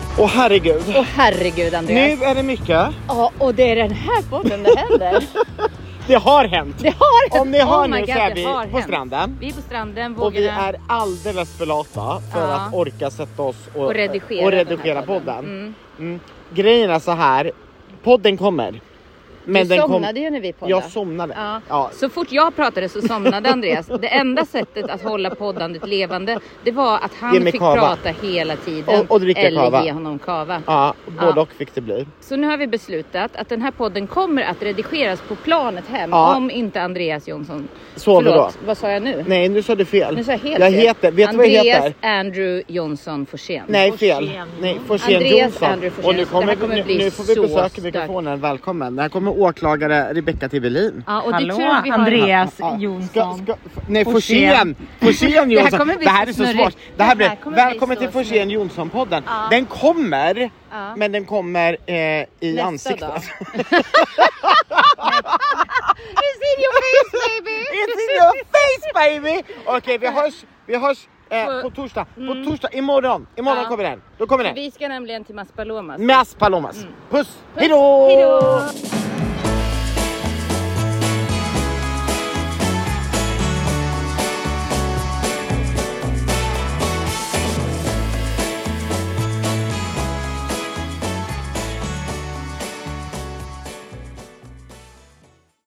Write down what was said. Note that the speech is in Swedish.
Åh herregud. Åh herregud, Andreas. Nu är det mycket. Ja, och det är den här podden det händer. Det har hänt. Det har hänt. Om ni hör my nu God, så är det vi har på hänt. stranden. Vi är på stranden, Och vi vågorna. är alldeles för lata för Ja. att orka sätta oss och redigera den här podden. Grejen är så här. Podden kommer. Men du den somnade ju när vi poddade. Jag somnade. Ja. Ja. Så fort jag pratade så somnade Andreas. Det enda sättet att hålla poddandet levande, det var att Ge han mig fick kava. prata hela tiden. Och dricka eller kava. ge honom kava. Ja, både och fick det bli. Så nu har vi beslutat att den här podden kommer att redigeras på planet hem. Ja. Om inte Andreas Jonsson. Sover då. Vad sa jag nu? Nej, nu sa du fel. Nu sa jag helt jag fel. heter, vet du vad jag Andreas heter? Andrew Jonsson Forsén. Nej, fel. Nej, Forsén Andreas Jonsson. Andrew Forsén. Och nu, Det här kommer bli nu får vi så besöka starkt. mikrofonen. Välkommen. Det här kommer åklagare Rebecca Tibelin. Ja, och det är tur Hallå, att vi har Andreas Ja, Jonsson. nej, Forsén. Forsén Jonsson. kommer bli Det här så är så snurrigt. svårt. Det här Det blir här kommer bli välkommen så till Forsén snurrigt. Jonsson-podden. Ja. Den kommer, Ja. men den kommer i Nästa ansiktet. dag. It's in your face, baby. It's in your face, baby! Okej, vi hörs på torsdag. På torsdag, imorgon Ja. kommer den. Då kommer den. Vi ska nämligen till Maspalomas. Mas Palomas. Puss, hejdå! Hejdå!